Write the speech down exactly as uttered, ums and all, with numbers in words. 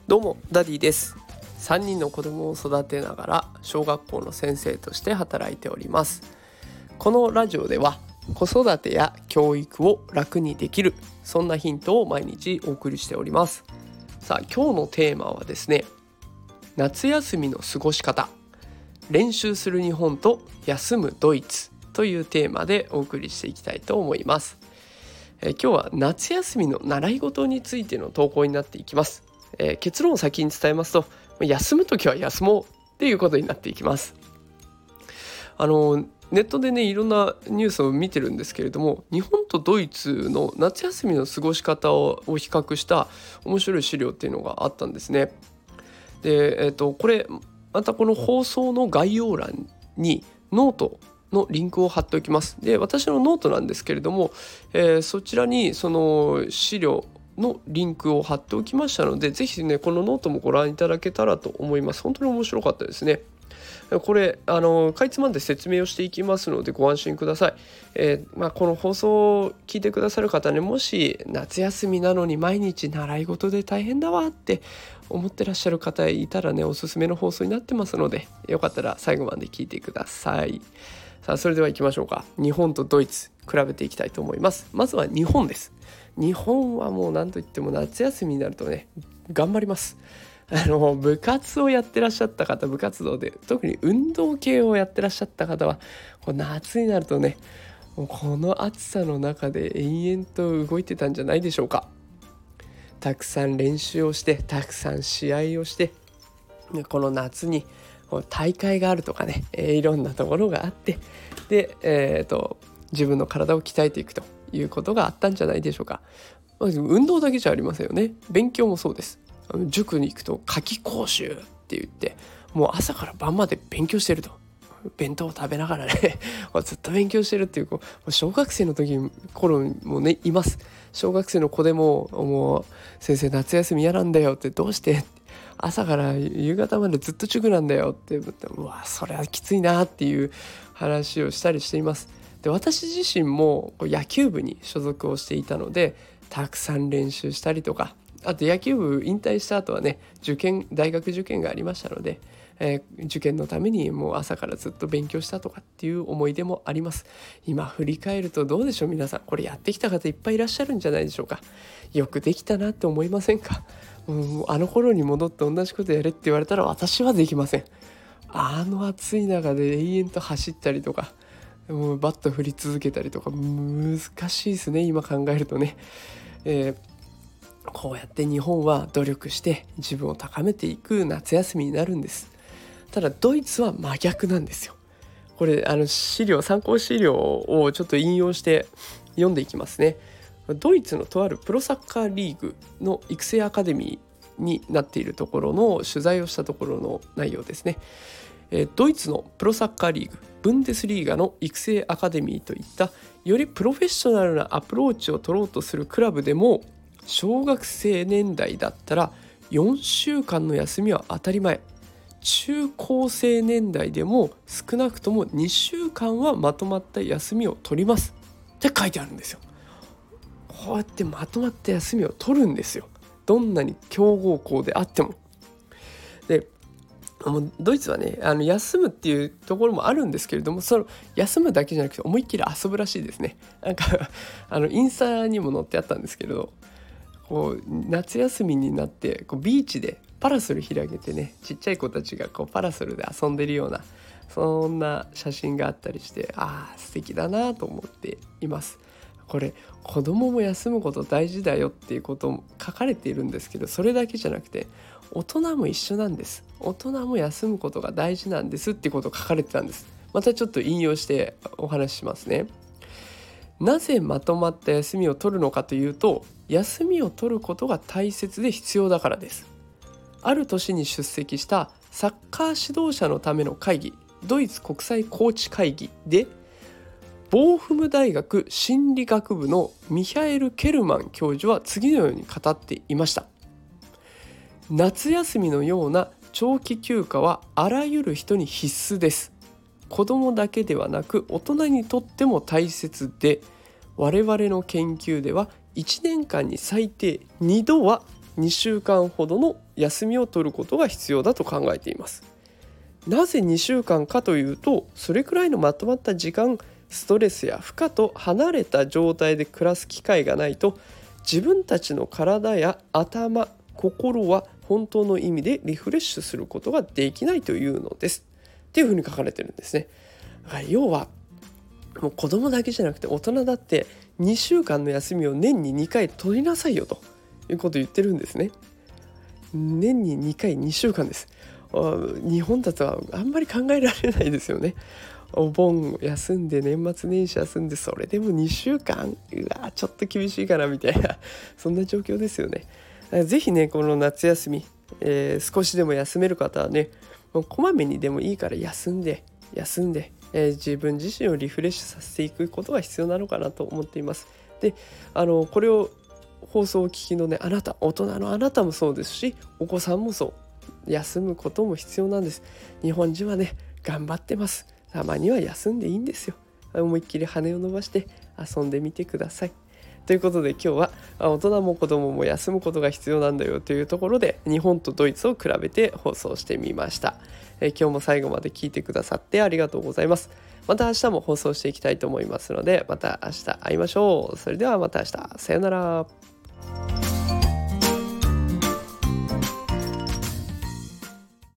どうもダディです。さんにんの子供を育てながら小学校の先生として働いております。このラジオでは子育てや教育を楽にできる、そんなヒントを毎日お送りしております。さあ、今日のテーマはですね、夏休みの過ごし方、練習する日本と休むドイツというテーマでお送りしていきたいと思います。え今日は夏休みの習い事についての投稿になっていきます。えー、結論を先に伝えますと、休むときは休もうっていうことになっていきます。あのネットでね、いろんなニュースを見てるんですけれども、日本とドイツの夏休みの過ごし方を比較した面白い資料っていうのがあったんですね。で、えーと、これまたこの放送の概要欄にノートのリンクを貼っておきます。で、私のノートなんですけれども、えー、そちらにその資料のリンクを貼っておきましたので、ぜひねこのノートもご覧いただけたらと思います。本当に面白かったですね。これあのかいつまんで説明をしていきますのでご安心ください。えーまあ、この放送を聞いてくださる方ね、もし夏休みなのに毎日習い事で大変だわって思ってらっしゃる方いたらね、おすすめの放送になってますので、よかったら最後まで聞いてください。さあ、それでは行きましょうか。日本とドイツ比べていきたいと思います。まずは日本です。日本はもう何といっても夏休みになるとね、頑張ります。あの部活をやってらっしゃった方、部活動で特に運動系をやってらっしゃった方は、こう夏になるとね、もうこの暑さの中で延々と動いてたんじゃないでしょうか。たくさん練習をして、たくさん試合をして、この夏に大会があるとかね、えー、いろんなところがあって、で、えーと、自分の体を鍛えていくということがあったんじゃないでしょうか。まず運動だけじゃありませんよね。勉強もそうです。塾に行くと夏期講習って言って、もう朝から晩まで勉強してると。弁当を食べながらねずっと勉強してるっていう子、小学生の時頃もねいます。小学生の子でも、もう先生夏休み嫌なんだよって、どうして朝から夕方までずっと塾なんだよって言って、うわそれはきついなっていう話をしたりしています。で、私自身も野球部に所属をしていたので、たくさん練習したりとか、あと野球部引退した後はね、受験大学受験がありましたので、えー、受験のためにもう朝からずっと勉強したとかっていう思い出もあります。今振り返るとどうでしょう、皆さんこれやってきた方いっぱいいらっしゃるんじゃないでしょうか。よくできたなって思いませんか。もうあの頃に戻って同じことやれって言われたら私はできません。あの暑い中で永遠と走ったりとか、もうバット振り続けたりとか難しいですね、今考えるとね。えーこうやって日本は努力して自分を高めていく夏休みになるんです。ただドイツは真逆なんですよ。これあの資料参考資料をちょっと引用して読んでいきますね。ドイツのとあるプロサッカーリーグの育成アカデミーになっているところの取材をしたところの内容ですね。ドイツのプロサッカーリーグ、ブンデスリーガの育成アカデミーといったよりプロフェッショナルなアプローチを取ろうとするクラブでも、小学生年代だったらよんしゅうかんの休みは当たり前、中高生年代でも少なくともにしゅうかんはまとまった休みを取りますって書いてあるんですよ。こうやってまとまった休みを取るんですよ、どんなに強豪校であっても。でもうドイツはね、あの休むっていうところもあるんですけれども、その休むだけじゃなくて思いっきり遊ぶらしいですね。なんかあのインスタにも載ってあったんですけれど、こう夏休みになってこうビーチでパラソル広げてね、ちっちゃい子たちがこうパラソルで遊んでるような、そんな写真があったりして、ああ素敵だなと思っています。これ子供も休むこと大事だよっていうことも書かれているんですけど、それだけじゃなくて大人も一緒なんです。大人も休むことが大事なんですっていうことが書かれてたんです。またちょっと引用してお話ししますね。なぜまとまった休みを取るのかというと、休みを取ることが大切で必要だからです。ある年に出席したサッカー指導者のための会議、ドイツ国際コーチ会議で、ボーフム大学心理学部のミヒャエル・ケルマン教授は次のように語っていました。夏休みのような長期休暇はあらゆる人に必須です。子供だけではなく大人にとっても大切で、我々の研究ではいちねんかんに最低にどはにしゅうかんほどの休みを取ることが必要だと考えています。なぜにしゅうかんかというと、それくらいのまとまった時間、ストレスや負荷と離れた状態で暮らす機会がないと、自分たちの体や頭、心は本当の意味でリフレッシュすることができないというのですっていうふうに書かれてるんですね。要はもう子供だけじゃなくて大人だってにしゅうかんの休みを年ににかい取りなさいよということを言ってるんですね。年ににかいにしゅうかんです。日本だとはあんまり考えられないですよね。お盆休んで年末年始休んでそれでもにしゅうかん、うわちょっと厳しいかなみたいなそんな状況ですよね。ぜひねこの夏休み、えー、少しでも休める方はねもうこまめにでもいいから休んで休んで、えー、自分自身をリフレッシュさせていくことが必要なのかなと思っています。であのこれを放送を聞きのねあなた、大人のあなたもそうですしお子さんもそう、休むことも必要なんです。日本人はね頑張ってます。たまには休んでいいんですよ。思いっきり羽を伸ばして遊んでみてください。ということで今日は大人も子供も休むことが必要なんだよというところで日本とドイツを比べて放送してみました。え今日も最後まで聞いてくださってありがとうございます。また明日も放送していきたいと思いますのでまた明日会いましょう。それではまた明日、さよなら。